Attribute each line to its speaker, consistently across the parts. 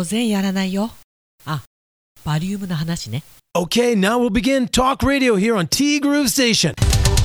Speaker 1: 当然やらないよ。あ、バリウムの話ね。
Speaker 2: Okay, now we'll begin Talk Radio here on T Groove Station.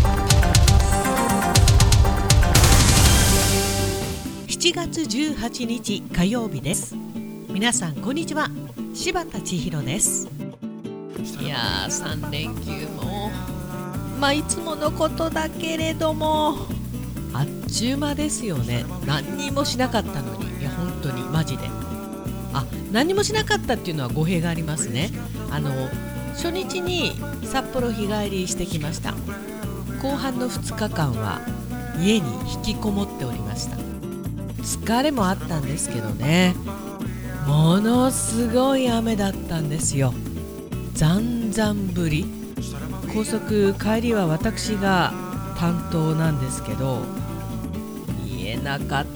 Speaker 1: 7月18日火曜日です。皆さんこんにちは。柴田千尋です。いやー、3連休もいつものことだけれどもあっちゅう間ですよね。何にもしなかったのに。いや本当にマジで。何にもしなかったっていうのは語弊がありますね。初日に札幌日帰りしてきました。後半の2日間は家に引きこもっておりました。疲れもあったんですけどね、ものすごい雨だったんですよ。ざんざん降り。高速帰りは私が担当なんですけど、言えなかった。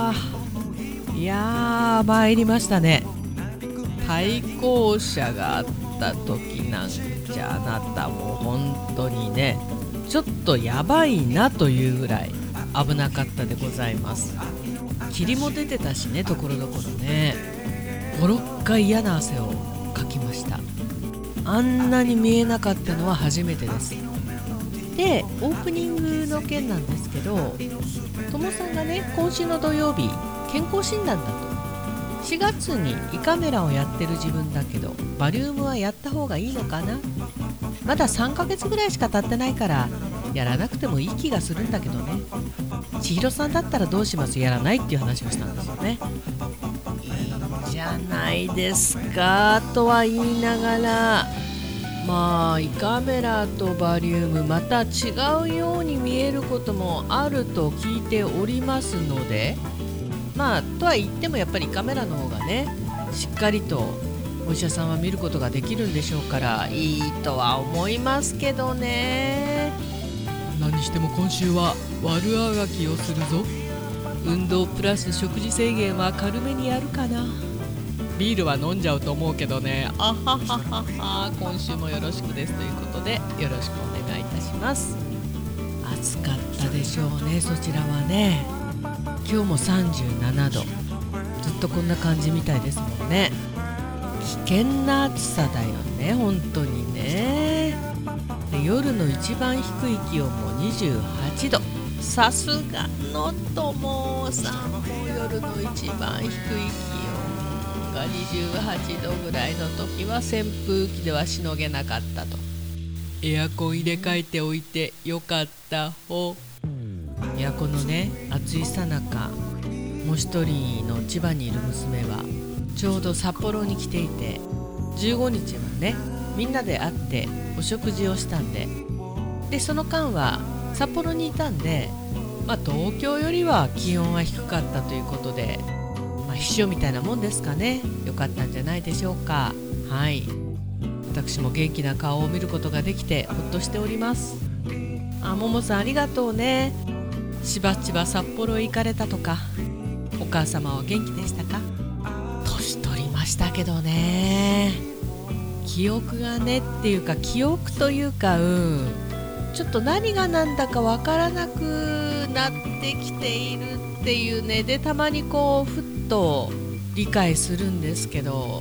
Speaker 1: いやー、参りましたね。対向車があった時なんじゃ、あなたもう本当にね、ちょっとやばいなというぐらい危なかったでございます。霧も出てたしね、ところどころね。5、6回嫌な汗をかきました。あんなに見えなかったのは初めてです。で、オープニングの件なんですけど、ともさんがね、今週の土曜日健康診断だと。4月に胃カメラをやってる自分だけど、バリウムはやった方がいいのかな。まだ3ヶ月ぐらいしか経ってないからやらなくてもいい気がするんだけどね。千尋さんだったらどうします？やらないっていう話をしたんですよね。いいじゃないですかとは言いながら、胃カメラとバリウムまた違うように見えることもあると聞いておりますので、とは言ってもやっぱりカメラの方がね、しっかりとお医者さんは見ることができるんでしょうからいいとは思いますけどね。何しても今週は悪あがきをするぞ。運動プラス食事制限は軽めにやるかな。ビールは飲んじゃうと思うけどね。あはははは。今週もよろしくですということで、よろしくお願いいたします。暑かったでしょうね、そちらはね。今日も37度、ずっとこんな感じみたいですもんね。危険な暑さだよね、本当にね。で、夜の一番低い気温も28度。さすがのともさんも夜の一番低い気温が28度ぐらいの時は扇風機ではしのげなかったと。エアコン入れ替えておいてよかった方。エアコンのね、暑いさなか、もう一人の千葉にいる娘はちょうど札幌に来ていて、15日はね、みんなで会ってお食事をしたんで、その間は札幌にいたんで、東京よりは気温は低かったということで、秘書みたいなもんですかね。よかったんじゃないでしょうか。はい、私も元気な顔を見ることができてほっとしております。ももさんありがとうね。しばちば札幌へ行かれたとか、お母様は元気でしたか？年取りましたけどね、記憶がねっていうか、記憶というか、ちょっと何が何だかわからなくなってきているっていうね。で、たまにこうふっと理解するんですけど、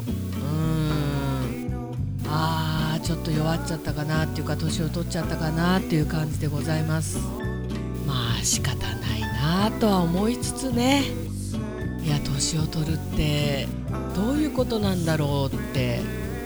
Speaker 1: ちょっと弱っちゃったかなっていうか、年を取っちゃったかなっていう感じでございます。仕方ないなとは思いつつね。いや、年を取るってどういうことなんだろうって、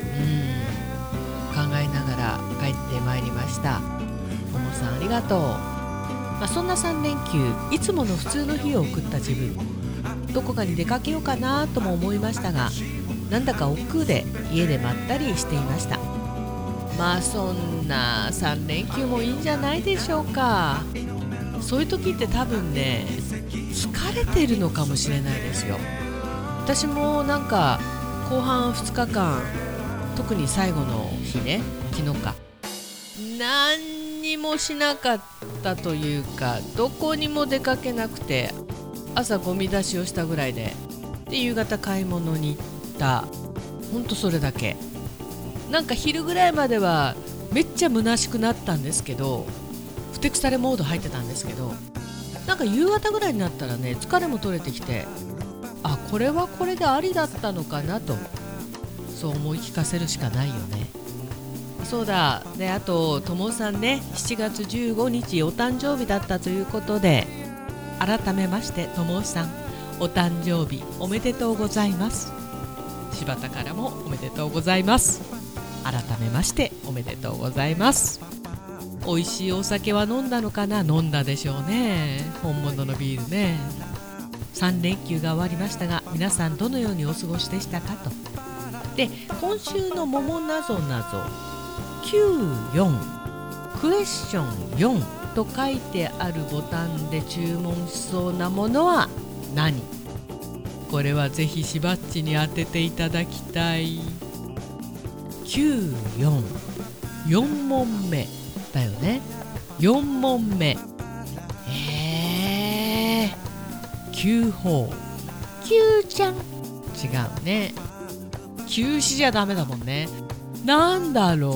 Speaker 1: 考えながら帰ってまいりました。ももさんありがとう。そんな3連休、いつもの普通の日を送った自分、どこかに出かけようかなとも思いましたが、なんだか億劫で家でまったりしていました。そんな3連休もいいんじゃないでしょうか。そういう時って多分ね、疲れてるのかもしれないですよ。私もなんか後半2日間、特に最後の日ね、昨日か、何にもしなかったというか、どこにも出かけなくて、朝ゴミ出しをしたぐらいで、夕方買い物に行った。ほんとそれだけ。なんか昼ぐらいまではめっちゃ虚しくなったんですけど、ふてくされモード入ってたんですけど、なんか夕方ぐらいになったらね、疲れも取れてきて、 これはこれでありだったのかなと、そう思い聞かせるしかないよね。そうだで、あとともさんね、7月15日お誕生日だったということで、改めましてともさんお誕生日おめでとうございます。柴田からもおめでとうございます。改めましておめでとうございます。美味しいお酒は飲んだのかな。飲んだでしょうね、本物のビールね。3連休が終わりましたが、皆さんどのようにお過ごしでしたかと。で、今週の桃なぞなぞ94クエスチョン4と書いてあるボタンで注文しそうなものは何？これはぜひしばっちに当てていただきたい。4問目だよね。4問目。9法9ちゃん、違うね。休止じゃダメだもんね。なんだろう。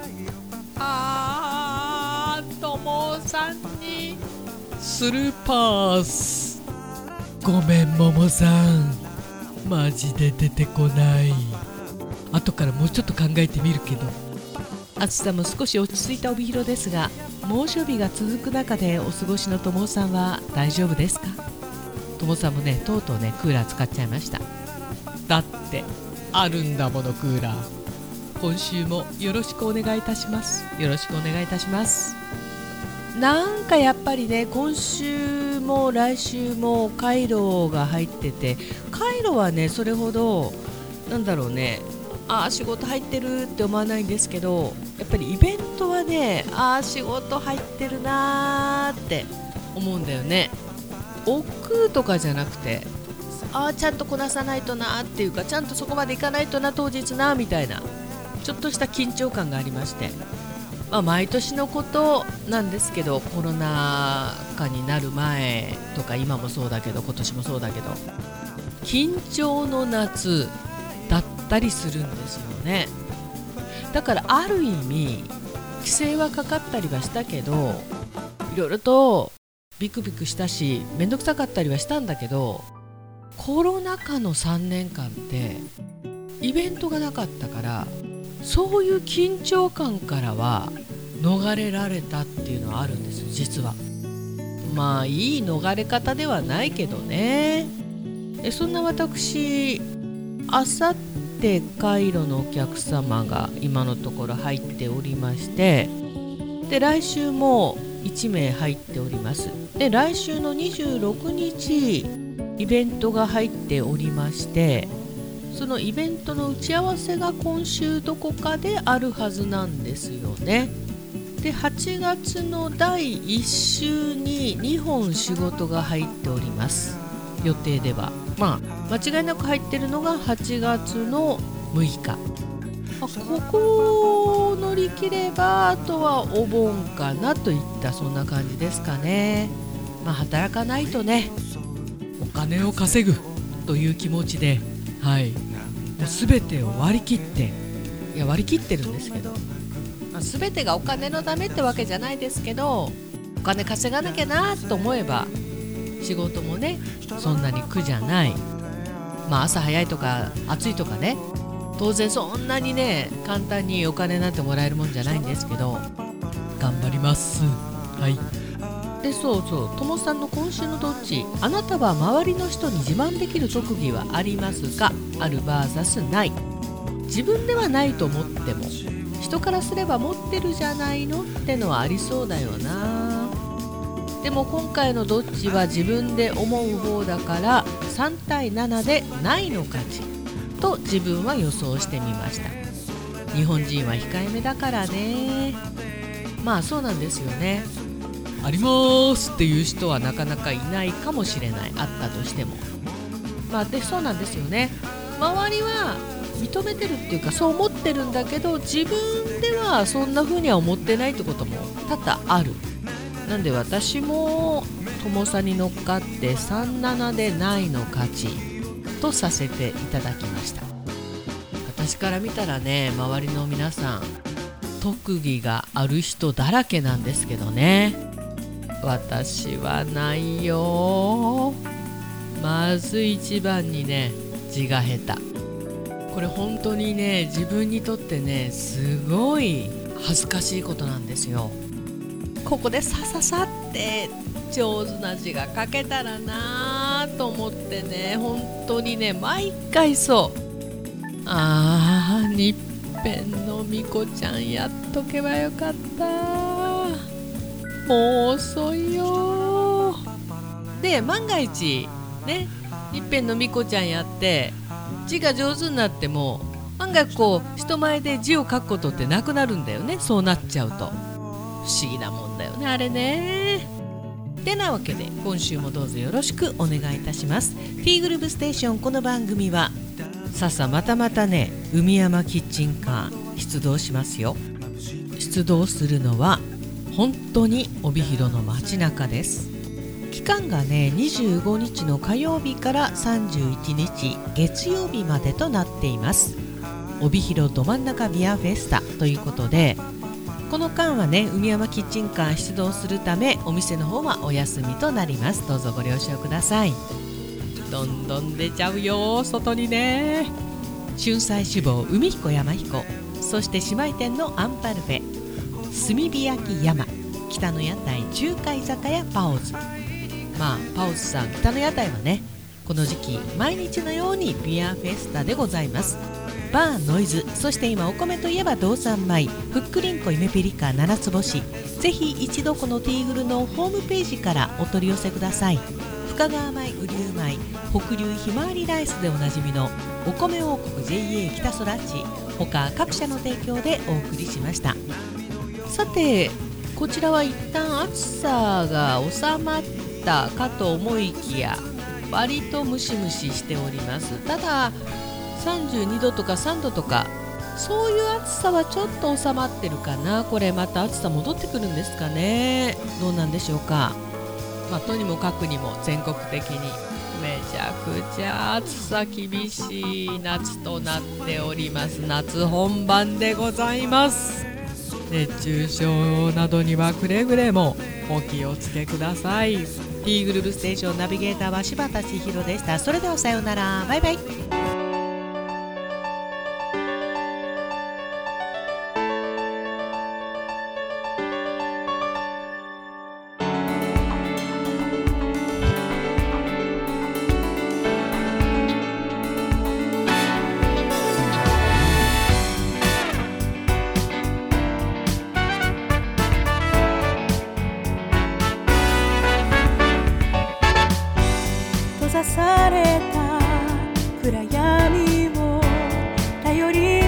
Speaker 1: ともさんにスルーパース。ごめんももさん、マジで出てこない。後からもうちょっと考えてみるけど。暑さも少し落ち着いた帯広ですが、猛暑日が続く中でお過ごしのともさんは大丈夫ですか？ともさんもね、とうとうねクーラー使っちゃいました。だってあるんだものクーラー。今週もよろしくお願いいたします。よろしくお願いいたします。なんかやっぱりね、今週も来週もカイロが入ってて、カイロはねそれほどなんだろうね、仕事入ってるって思わないんですけど、やっぱりイベントはね、仕事入ってるなーって思うんだよね。億とかじゃなくて、ちゃんとこなさないとなっていうか、ちゃんとそこまでいかないとな当日なみたいな、ちょっとした緊張感がありまして、毎年のことなんですけど、コロナ禍になる前とか今もそうだけど、今年もそうだけど、緊張の夏だったりするんですよね。だからある意味規制はかかったりはしたけど、いろいろとビクビクしたしめんどくさかったりはしたんだけど、コロナ禍の3年間ってイベントがなかったから、そういう緊張感からは逃れられたっていうのはあるんです、実は。いい逃れ方ではないけどね。そんな私、あさってカイロのお客様が今のところ入っておりまして、で来週も1名入っております。で来週の26日イベントが入っておりまして、そのイベントの打ち合わせが今週どこかであるはずなんですよね。で8月の第1週に2本仕事が入っております、予定では。間違いなく入ってるのが8月の6日。ここを乗り切ればあとはお盆かなといったそんな感じですかね。働かないとね、お金を稼ぐという気持ちで、もう全てを割り切って、割り切ってるんですけど、全てがお金のためってわけじゃないですけど、お金稼がなきゃなと思えば仕事もねそんなに苦じゃない。朝早いとか暑いとかね、当然そんなにね簡単にお金なんてもらえるもんじゃないんですけど、頑張ります。でそうともさんの今週のどっち、あなたは周りの人に自慢できる特技はありますか？ある vs ない。自分ではないと思っても人からすれば持ってるじゃないのってのはありそうだよな。でも今回のどっちは自分で思う方だから3対7でないの勝ちと自分は予想してみました。日本人は控えめだからね。そうなんですよね。ありますっていう人はなかなかいないかもしれない、あったとしても。でそうなんですよね。周りは認めてるっていうかそう思ってるんだけど、自分ではそんな風には思ってないってことも多々ある。なんで私も友さんに乗っかって37でないの勝ちとさせていただきました。私から見たらね、周りの皆さん特技がある人だらけなんですけどね、私はないよ。 まず一番にね、字が下手。これ本当にね、自分にとってね、すごい恥ずかしいことなんですよ。ここでさささって上手な字が書けたらなと思ってね、本当にね、毎回そう。日編のみこちゃんやっとけばよかった。もう遅いよ。で、万が一ね、一辺のみこちゃんやって字が上手になっても、案外こう人前で字を書くことってなくなるんだよね。そうなっちゃうと不思議なもんだよね、あれね。てなわけで今週もどうぞよろしくお願いいたします。 T グループステーション。この番組はまたまたね、海山キッチンカー出動しますよ。出動するのは本当に帯広の街中です。期間がね、25日の火曜日から31日月曜日までとなっています。帯広ど真ん中ビアフェスタということで、この間はね、海山キッチンカー出動するためお店の方はお休みとなります。どうぞご了承ください。どんどん出ちゃうよ、外にね。春菜志望海彦山彦、そして姉妹店のアンパルフェ、炭火焼き山、北の屋台中華居酒屋パオズ。パオズさん、北の屋台はね、この時期毎日のようにビアフェスタでございます。バーノイズ、そして今お米といえば道産米、ふっくりんこゆめぴりか七つ星。ぜひ一度このティーグルのホームページからお取り寄せください。深川米、雨竜米、北流ひまわりライスでおなじみのお米王国 JA 北そらち、他各社の提供でお送りしました。さて、こちらは一旦暑さが収まったかと思いきや、割とムシムシしております。ただ32度とか3度とか、そういう暑さはちょっと収まってるかな。これまた暑さ戻ってくるんですかね。どうなんでしょうか。とにもかくにも全国的にめちゃくちゃ暑さ厳しい夏となっております。夏本番でございます。熱中症などにはくれぐれもお気をつけください。 T グループステーションナビゲーターは柴田千尋でした。それではさようなら、バイバイ。
Speaker 3: 閉ざされた暗闇を頼り